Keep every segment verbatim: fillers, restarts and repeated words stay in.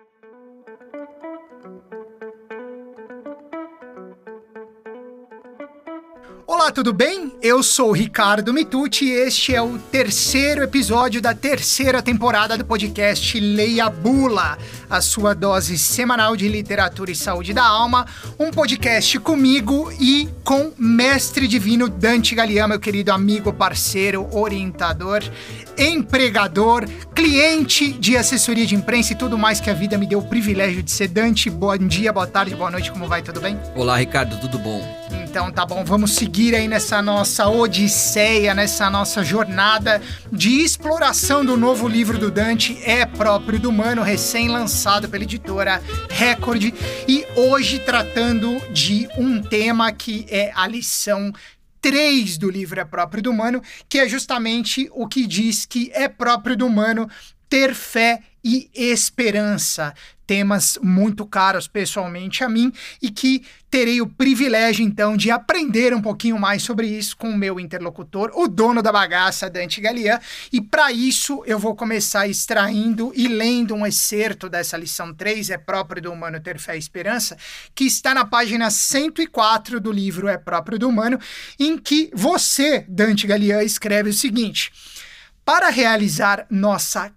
Olá, tudo bem? Eu sou o Ricardo Mitucci e este é o terceiro episódio da terceira temporada do podcast Leia a Bula, a sua dose semanal de literatura e saúde da alma, um podcast comigo e com mestre divino Dante Gallian, meu querido amigo, parceiro, orientador, empregador, cliente de assessoria de imprensa e tudo mais que a vida me deu o privilégio de ser. Dante, bom dia, boa tarde, boa noite, como vai? Tudo bem? Olá, Ricardo, tudo bom? Então tá bom, vamos seguir aí nessa nossa odisseia, nessa nossa jornada de exploração do novo livro do Dante, É Próprio do Humano, recém-lançado pela editora Record, e hoje tratando de um tema que é a lição três do livro É Próprio do Humano, que é justamente o que diz que é próprio do humano ter fé e esperança, temas muito caros pessoalmente a mim e que terei o privilégio então de aprender um pouquinho mais sobre isso com o meu interlocutor, o dono da bagaça, Dante Gallian, e para isso eu vou começar extraindo e lendo um excerto dessa lição três, É Próprio do Humano ter fé e esperança, que está na página cento e quatro do livro É Próprio do Humano, em que você, Dante Gallian, escreve o seguinte: para realizar nossa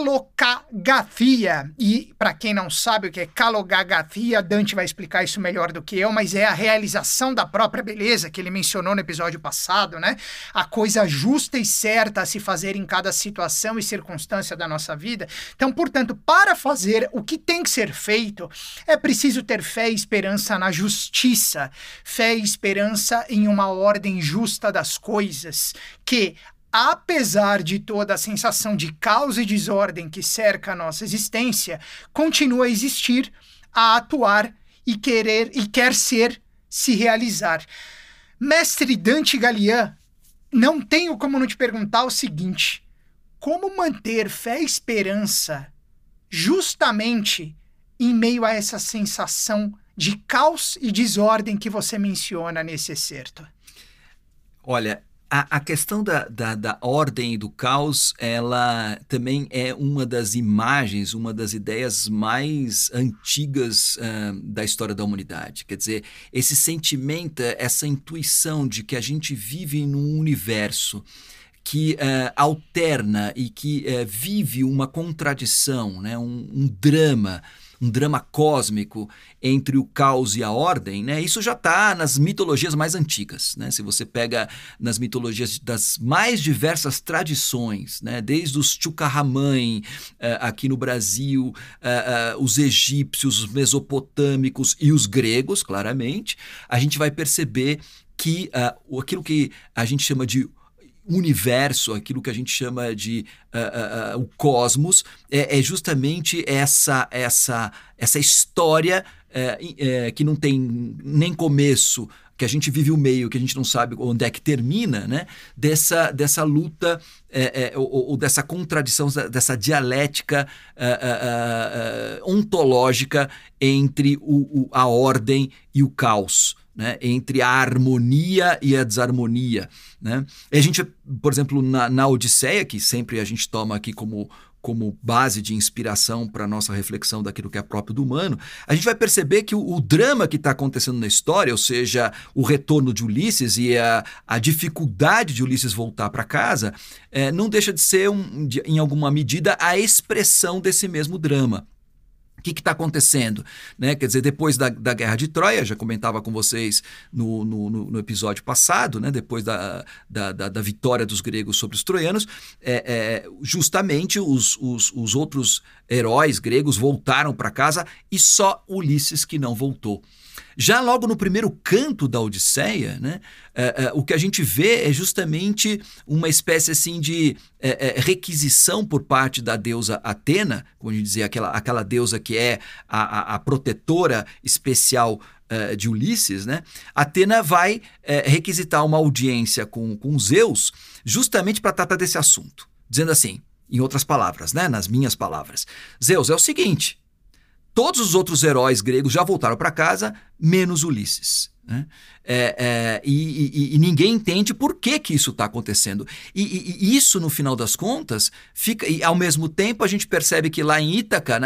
calogagathia, e para quem não sabe o que é calogagathia, Dante vai explicar isso melhor do que eu, mas é a realização da própria beleza que ele mencionou no episódio passado, né? A coisa justa e certa a se fazer em cada situação e circunstância da nossa vida. Então, portanto, para fazer o que tem que ser feito, é preciso ter fé e esperança na justiça, fé e esperança em uma ordem justa das coisas, que apesar de toda a sensação de caos e desordem que cerca a nossa existência, continua a existir, a atuar e querer e quer ser, se realizar. Mestre Dante Gallian, não tenho como não te perguntar o seguinte: como manter fé e esperança justamente em meio a essa sensação de caos e desordem que você menciona nesse excerto? Olha, A, a questão da, da, da ordem e do caos, ela também é uma das imagens, uma das ideias mais antigas uh, da história da humanidade. Quer dizer, esse sentimento, essa intuição de que a gente vive num universo que uh, alterna e que uh, vive uma contradição, né? um, um drama, um drama cósmico entre o caos e a ordem, né? Isso já está nas mitologias mais antigas, né? Se você pega nas mitologias das mais diversas tradições, né? Desde os Chuquarramãe, uh, aqui no Brasil, uh, uh, os egípcios, os mesopotâmicos e os gregos, claramente, a gente vai perceber que uh, aquilo que a gente chama de universo, aquilo que a gente chama de uh, uh, uh, o cosmos, é, é justamente essa, essa, essa história uh, uh, que não tem nem começo, que a gente vive o meio, que a gente não sabe onde é que termina, né? dessa, dessa luta uh, uh, ou, ou dessa contradição, dessa dialética uh, uh, uh, ontológica entre o, o, a ordem e o caos, né? Entre a harmonia e a desarmonia, né? E a gente, por exemplo, na, na Odisseia, que sempre a gente toma aqui como, como base de inspiração para a nossa reflexão daquilo que é próprio do humano, a gente vai perceber que o, o drama que está acontecendo na história, ou seja, o retorno de Ulisses e a, a dificuldade de Ulisses voltar para casa, é, não deixa de ser, um, de, em alguma medida, a expressão desse mesmo drama. O que está acontecendo? Né? Quer dizer, depois da, da Guerra de Troia, já comentava com vocês no, no, no episódio passado, né? Depois da, da, da, da vitória dos gregos sobre os troianos, é, é, justamente os, os, os outros heróis gregos voltaram para casa e só Ulisses que não voltou. Já logo no primeiro canto da Odisseia, né, é, é, o que a gente vê é justamente uma espécie assim de é, é, requisição por parte da deusa Atena, como a gente dizia, aquela, aquela deusa que é a, a, a protetora especial é, de Ulisses, né? Atena vai é, requisitar uma audiência com, com Zeus justamente para tratar desse assunto, dizendo assim, em outras palavras, né, nas minhas palavras: Zeus, é o seguinte, todos os outros heróis gregos já voltaram para casa, menos Ulisses. Né? É, é, e, e, e ninguém entende por que, que isso está acontecendo. E, e, e isso, no final das contas, fica. E ao mesmo tempo a gente percebe que lá em Ítaca, né,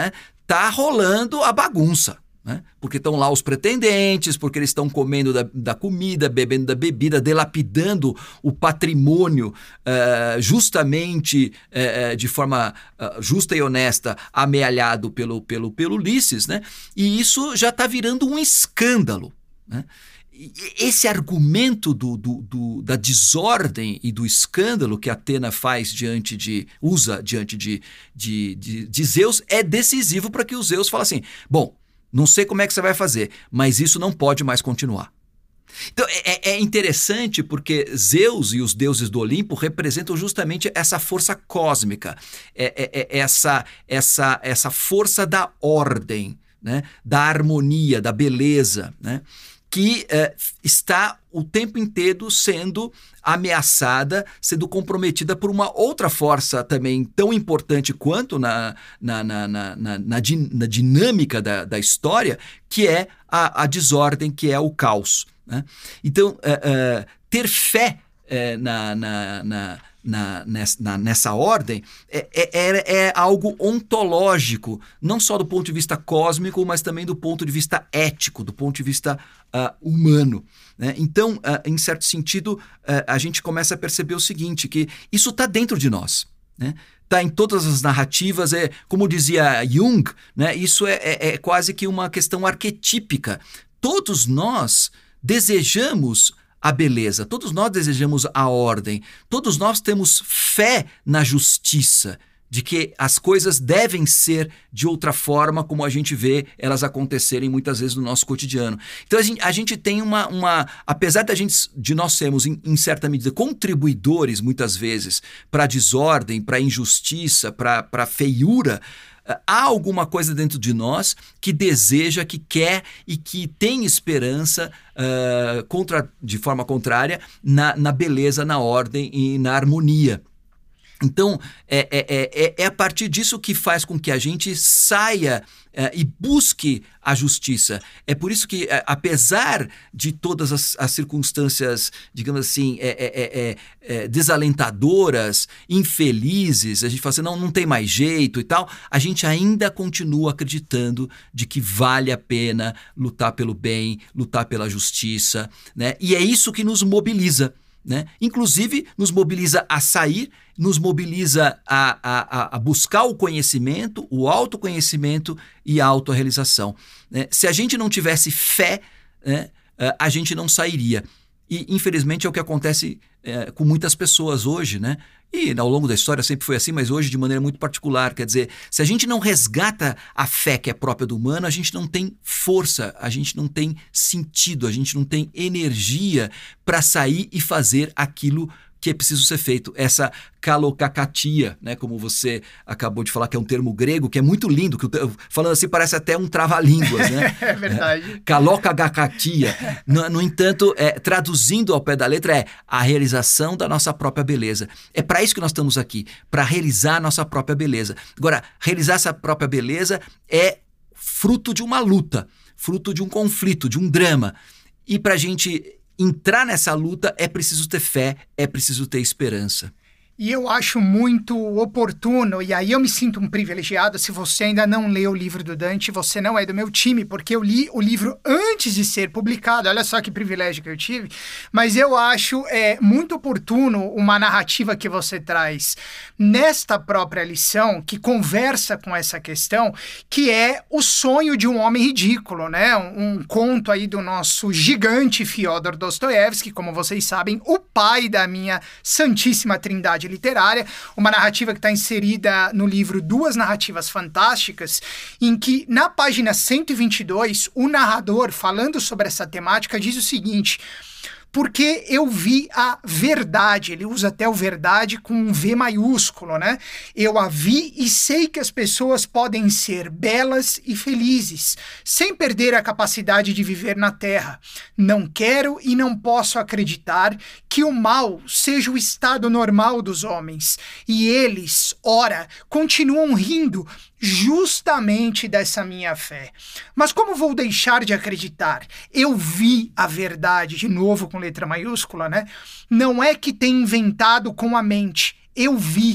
tá rolando a bagunça. Né? Porque estão lá os pretendentes, porque eles estão comendo da, da comida, bebendo da bebida, delapidando o patrimônio uh, justamente, uh, de forma uh, justa e honesta, amealhado pelo, pelo, pelo Ulisses, né? E isso já está virando um escândalo. Né? E esse argumento do, do, do, da desordem e do escândalo que Atena faz diante de, usa diante de, de, de, de Zeus é decisivo para que o Zeus fale assim, bom, não sei como é que você vai fazer, mas isso não pode mais continuar. Então é, é interessante porque Zeus e os deuses do Olimpo representam justamente essa força cósmica, é, é, é essa, essa, essa força da ordem, né? Da harmonia, da beleza, né? Que é, está o tempo inteiro sendo ameaçada, sendo comprometida por uma outra força também tão importante quanto na, na, na, na, na, na, din, na dinâmica da, da história, que é a, a desordem, que é o caos. Né? Então, é, é, ter fé é, na, na, na Na, nessa, nessa ordem, é, é, é algo ontológico, não só do ponto de vista cósmico, mas também do ponto de vista ético, do ponto de vista uh, humano. Né? Então, uh, em certo sentido, uh, a gente começa a perceber o seguinte, que isso está dentro de nós. Né? Está em todas as narrativas, é, como dizia Jung, né? Isso é, é, é quase que uma questão arquetípica. Todos nós desejamos a beleza, todos nós desejamos a ordem, todos nós temos fé na justiça, de que as coisas devem ser de outra forma, como a gente vê elas acontecerem muitas vezes no nosso cotidiano. Então a gente, a gente tem uma, uma... Apesar da gente, de nós sermos, em, em certa medida, contribuidores, muitas vezes, para a desordem, para a injustiça, para a feiura, há alguma coisa dentro de nós que deseja, que quer e que tem esperança, uh, contra, de forma contrária, na, na beleza, na ordem e na harmonia. Então, é, é, é, é a partir disso que faz com que a gente saia é, e busque a justiça. É por isso que, é, apesar de todas as, as circunstâncias, digamos assim, é, é, é, é, desalentadoras, infelizes, a gente fala assim, não, não tem mais jeito e tal, a gente ainda continua acreditando de que vale a pena lutar pelo bem, lutar pela justiça, né? E é isso que nos mobiliza. Né? Inclusive, nos mobiliza a sair, nos mobiliza a, a, a buscar o conhecimento, o autoconhecimento e a autorrealização. Né? Se a gente não tivesse fé, né, a gente não sairia. E, infelizmente, é o que acontece é, com muitas pessoas hoje, né? E ao longo da história sempre foi assim, mas hoje de maneira muito particular. Quer dizer, se a gente não resgata a fé que é própria do humano, a gente não tem força, a gente não tem sentido, a gente não tem energia para sair e fazer aquilo que é preciso ser feito. Essa kalokakatia, né, como você acabou de falar, que é um termo grego, que é muito lindo, que falando assim parece até um trava-línguas, né? É verdade. Kalokakatia. No, no entanto, é, traduzindo ao pé da letra, é a realização da nossa própria beleza. É para isso que nós estamos aqui, para realizar a nossa própria beleza. Agora, realizar essa própria beleza é fruto de uma luta, fruto de um conflito, de um drama. E para a gente entrar nessa luta é preciso ter fé, é preciso ter esperança. E eu acho muito oportuno, e aí eu me sinto um privilegiado, se você ainda não leu o livro do Dante, você não é do meu time, porque eu li o livro antes de ser publicado, olha só que privilégio que eu tive, mas eu acho é, muito oportuno uma narrativa que você traz nesta própria lição, que conversa com essa questão, que é o sonho de um homem ridículo, né? Um, um conto aí do nosso gigante Fyodor Dostoiévski, como vocês sabem, o pai da minha santíssima trindade literária, uma narrativa que está inserida no livro Duas Narrativas Fantásticas, em que, na página cento e vinte e dois, o narrador, falando sobre essa temática, diz o seguinte: porque eu vi a verdade, ele usa até o verdade com um V maiúsculo, né? Eu a vi e sei que as pessoas podem ser belas e felizes, sem perder a capacidade de viver na Terra. Não quero e não posso acreditar que o mal seja o estado normal dos homens, e eles, ora, continuam rindo justamente dessa minha fé. Mas como vou deixar de acreditar? Eu vi a verdade, de novo com letra maiúscula, né? Não é que tenha inventado com a mente, eu vi,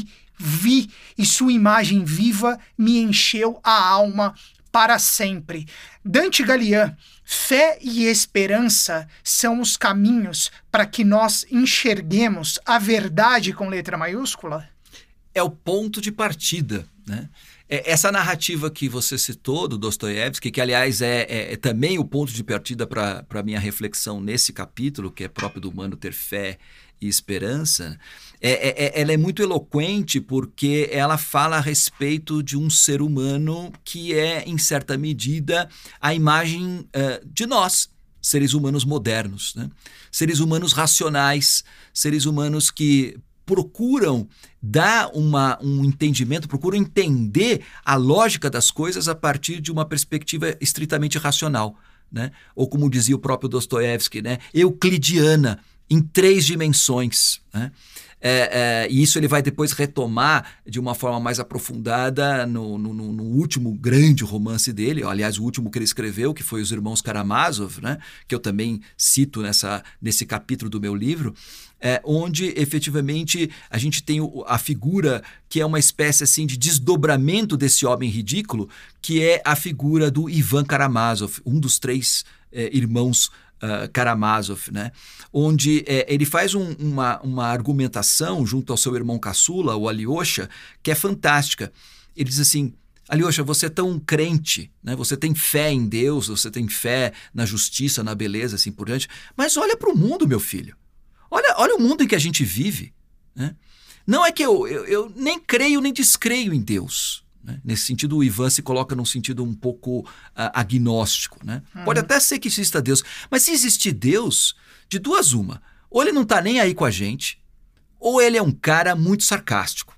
vi e sua imagem viva me encheu a alma para sempre. Dante Gallian, fé e esperança são os caminhos para que nós enxerguemos a verdade com letra maiúscula? É o ponto de partida, né? Essa narrativa que você citou do Dostoiévski, que aliás é, é, é também o ponto de partida para a minha reflexão nesse capítulo, que é próprio do humano ter fé e esperança, é, é, ela é muito eloquente porque ela fala a respeito de um ser humano que é, em certa medida, a imagem uh, de nós, seres humanos modernos, né? Seres humanos racionais, seres humanos que procuram dar uma, um entendimento, procuram entender a lógica das coisas a partir de uma perspectiva estritamente racional, né? Ou como dizia o próprio Dostoiévski, né? Euclidiana, em três dimensões, né? É, é, e isso ele vai depois retomar de uma forma mais aprofundada no, no, no último grande romance dele, aliás, o último que ele escreveu, que foi Os Irmãos Karamazov, né? Que eu também cito nessa, nesse capítulo do meu livro, é, onde efetivamente a gente tem o, a figura que é uma espécie assim, de desdobramento desse homem ridículo, que é a figura do Ivan Karamazov, um dos três é, irmãos Uh, Karamazov, né? Onde é, ele faz um, uma, uma argumentação junto ao seu irmão caçula, o Alyosha, que é fantástica. Ele diz assim: Alyosha, você é tão crente, né? Você tem fé em Deus, você tem fé na justiça, na beleza, assim por diante, mas olha para o mundo, meu filho. Olha, olha o mundo em que a gente vive, né? Não é que eu, eu, eu nem creio nem descreio em Deus. Né? Nesse sentido, o Ivan se coloca num sentido um pouco uh, agnóstico. Né? Uhum. Pode até ser que exista Deus, mas se existir Deus, de duas uma. Ou ele não está nem aí com a gente, ou ele é um cara muito sarcástico.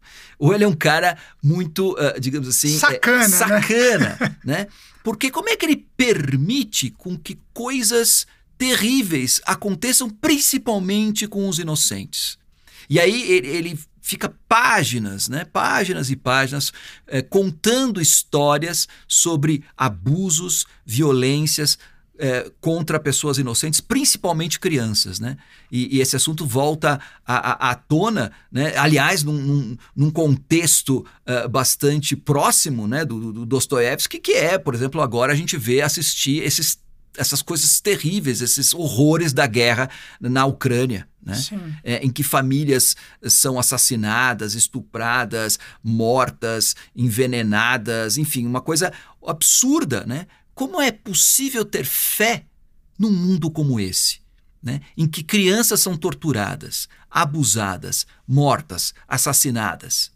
Ou ele é um cara muito, uh, digamos assim... Sacana, é, sacana, né? né? Porque como é que ele permite com que coisas terríveis aconteçam principalmente com os inocentes? E aí ele... ele fica páginas, né? páginas e páginas é, contando histórias sobre abusos, violências é, contra pessoas inocentes, principalmente crianças. Né? E, e esse assunto volta à, à, à tona, né? aliás, num, num, num contexto uh, bastante próximo, né? do, do Dostoiévski, que é, por exemplo, agora a gente vê assistir esses essas coisas terríveis, esses horrores da guerra na Ucrânia, né? É, em que famílias são assassinadas, estupradas, mortas, envenenadas, enfim, uma coisa absurda, né? Como é possível ter fé num mundo como esse, né? Em que crianças são torturadas, abusadas, mortas, assassinadas?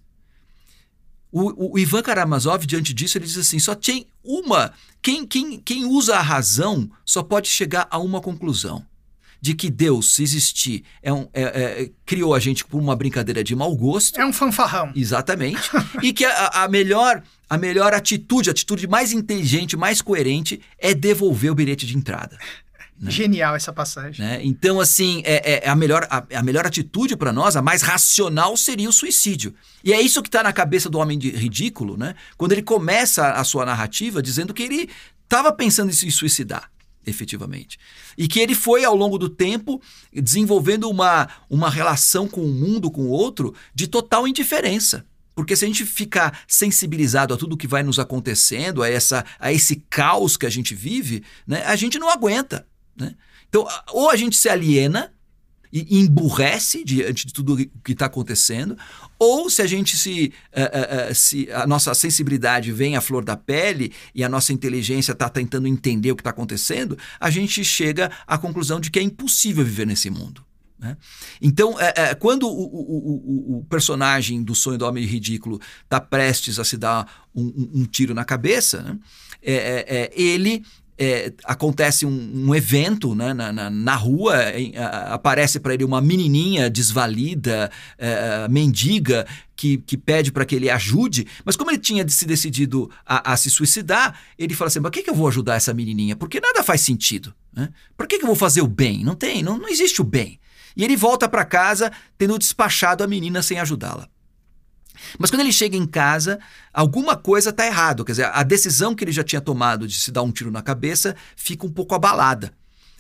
O, o Ivan Karamazov, diante disso, ele diz assim, só tem uma... Quem, quem, quem usa a razão só pode chegar a uma conclusão, de que Deus, se existir, é um, é, é, criou a gente por uma brincadeira de mau gosto. É um fanfarrão. Exatamente. E que a, a, melhor, a melhor atitude, a atitude mais inteligente, mais coerente, é devolver o bilhete de entrada. Né? Genial essa passagem. Né? Então, assim, é, é a, melhor, a, a melhor atitude para nós, a mais racional, seria o suicídio. E é isso que está na cabeça do homem de ridículo, né? Quando ele começa a sua narrativa dizendo que ele estava pensando em se suicidar, efetivamente. E que ele foi, ao longo do tempo, desenvolvendo uma, uma relação com o mundo, com o outro, de total indiferença. Porque se a gente ficar sensibilizado a tudo que vai nos acontecendo, a, essa, a esse caos que a gente vive, né, a gente não aguenta. Né? Então, ou a gente se aliena e emburrece diante de tudo o que está acontecendo, ou se a gente se, uh, uh, se a nossa sensibilidade vem à flor da pele e a nossa inteligência está tentando entender o que está acontecendo, a gente chega à conclusão de que é impossível viver nesse mundo. Né? Então, é, é, quando o, o, o, o personagem do Sonho do Homem Ridículo está prestes a se dar um, um, um tiro na cabeça, né? é, é, ele... É, acontece um, um evento, né, na, na, na rua, em, a, aparece para ele uma menininha desvalida, é, mendiga, que, que pede para que ele ajude, mas como ele tinha se decidido a, a se suicidar, ele fala assim, mas por que, que eu vou ajudar essa menininha? Porque nada faz sentido. Né? Por que, que eu vou fazer o bem? Não tem, não, não existe o bem. E ele volta para casa tendo despachado a menina sem ajudá-la. Mas quando ele chega em casa, alguma coisa está errado. Quer dizer, a decisão que ele já tinha tomado de se dar um tiro na cabeça fica um pouco abalada.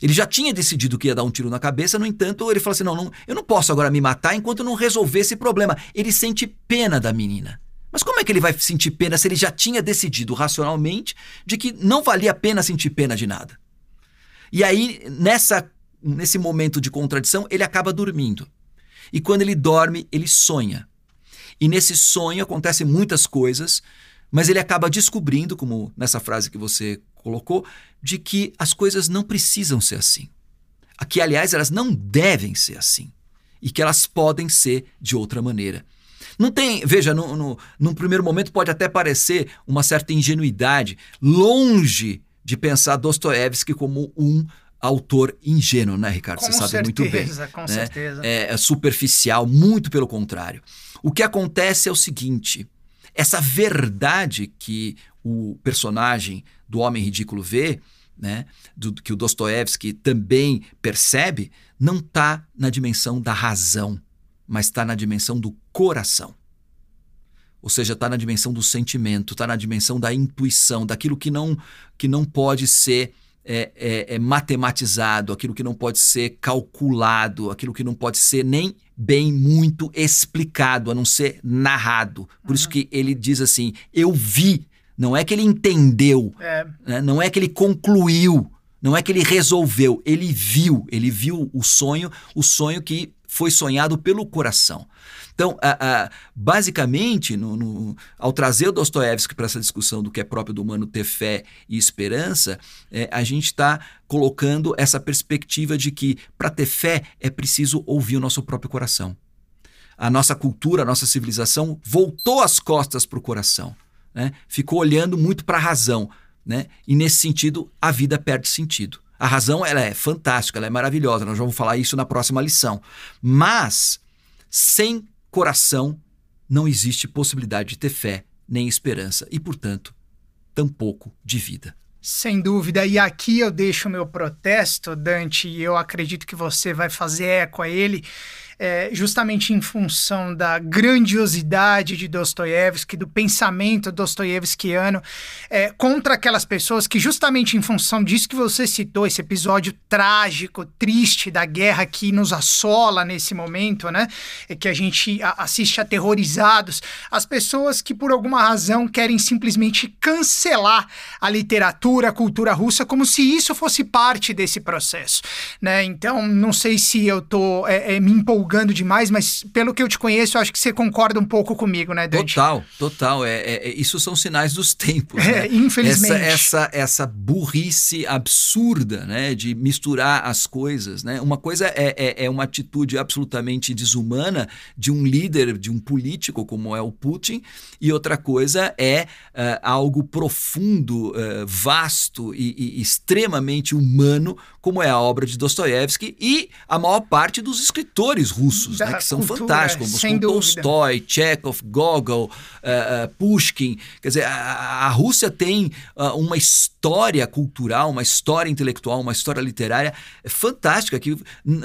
Ele já tinha decidido que ia dar um tiro na cabeça, no entanto, ele falou assim, não, não, eu não posso agora me matar enquanto eu não resolver esse problema. Ele sente pena da menina. Mas como é que ele vai sentir pena se ele já tinha decidido racionalmente de que não valia a pena sentir pena de nada? E aí, nessa, nesse momento de contradição, ele acaba dormindo. E quando ele dorme, ele sonha. E nesse sonho acontecem muitas coisas, mas ele acaba descobrindo, como nessa frase que você colocou, de que as coisas não precisam ser assim. Que, aliás, elas não devem ser assim. E que elas podem ser de outra maneira. Não tem, veja, no, no, num primeiro momento pode até parecer uma certa ingenuidade, longe de pensar Dostoiévski como um autor ingênuo, né, Ricardo? Com Você sabe certeza, muito bem. com né? certeza. É, é superficial, muito pelo contrário. O que acontece é o seguinte, essa verdade que o personagem do Homem Ridículo vê, né, do, que o Dostoiévski também percebe, não está na dimensão da razão, mas está na dimensão do coração. Ou seja, está na dimensão do sentimento, está na dimensão da intuição, daquilo que não, que não pode ser é, é, é matematizado, aquilo que não pode ser calculado, aquilo que não pode ser nem bem muito explicado, a não ser narrado. Por uhum. isso que ele diz assim, eu vi, não é que ele entendeu, é. né? Não é que ele concluiu, não é que ele resolveu, ele viu, ele viu o sonho, o sonho que foi sonhado pelo coração. Então, a, a, basicamente, no, no, ao trazer o Dostoiévski para essa discussão do que é próprio do humano ter fé e esperança, é, a gente está colocando essa perspectiva de que para ter fé é preciso ouvir o nosso próprio coração. A nossa cultura, a nossa civilização voltou as costas para o coração, né? Ficou olhando muito para a razão, né? E nesse sentido a vida perde sentido. A razão ela é fantástica, ela é maravilhosa, nós vamos falar isso na próxima lição. Mas, sem coração, não existe possibilidade de ter fé, nem esperança e, portanto, tampouco de vida. Sem dúvida. E aqui eu deixo o meu protesto, Dante, e eu acredito que você vai fazer eco a ele, é, justamente em função da grandiosidade de Dostoiévski, do pensamento dostoiévskiano, é, contra aquelas pessoas que, justamente em função disso que você citou, esse episódio trágico, triste da guerra que nos assola nesse momento, né, é que a gente assiste aterrorizados, as pessoas que por alguma razão querem simplesmente cancelar a literatura, a cultura russa, como se isso fosse parte desse processo, né? Então, não sei se eu tô é, é, me empolgando demais, mas pelo que eu te conheço, eu acho que você concorda um pouco comigo, né, Dante? Total, total. É, é, é, isso são sinais dos tempos, é, né? Infelizmente. Essa, essa, essa burrice absurda, né, de misturar as coisas, né? Uma coisa é, é, é uma atitude absolutamente desumana de um líder, de um político como é o Putin, e outra coisa é uh, algo profundo, uh, vasto e, e extremamente humano, como é a obra de Dostoiévski e a maior parte dos escritores russos, né, que são cultura, fantásticos, como Tolstói, Chekhov, Gogol, uh, uh, Pushkin. Quer dizer, a, a Rússia tem uh, uma história cultural, uma história intelectual, uma história literária fantástica que... Uh,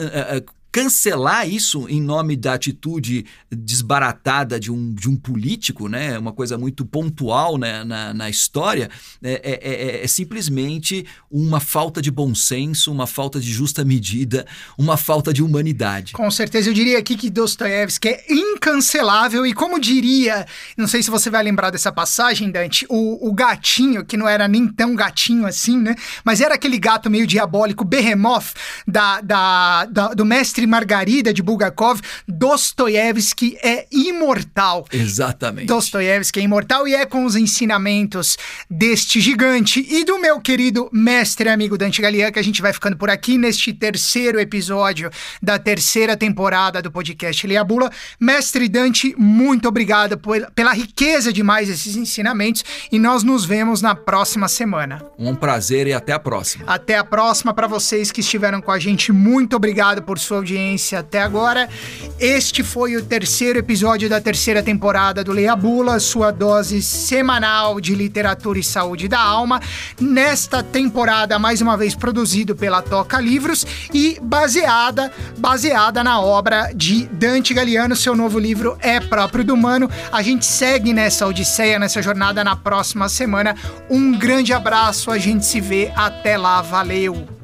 uh, cancelar isso em nome da atitude desbaratada de um, de um político, né? Uma coisa muito pontual, né? na, na história, é, é, é, é simplesmente uma falta de bom senso, uma falta de justa medida, uma falta de humanidade. Com certeza, eu diria aqui que Dostoiévski é incancelável e, como diria, não sei se você vai lembrar dessa passagem, Dante, o, o gatinho, que não era nem tão gatinho assim, né? Mas era aquele gato meio diabólico, Behemoth, da, da, da, do mestre Margarida de Bulgakov. Dostoiévski é imortal. Exatamente. Dostoiévski é imortal e é com os ensinamentos deste gigante e do meu querido mestre e amigo Dante Galliani que a gente vai ficando por aqui neste terceiro episódio da terceira temporada do podcast Leia a Bula. Mestre Dante, muito obrigado por, pela riqueza de mais esses ensinamentos e nós nos vemos na próxima semana. Um prazer e até a próxima. Até a próxima. Para vocês que estiveram com a gente, muito obrigado por sua audiência até agora. Este foi o terceiro episódio da terceira temporada do Leia a Bula, sua dose semanal de literatura e saúde da alma. Nesta temporada, mais uma vez produzido pela Toca Livros e baseada, baseada na obra de Dante Galliani. Seu novo livro É Próprio do Humano. A gente segue nessa odisseia, nessa jornada na próxima semana. Um grande abraço, a gente se vê até lá, valeu!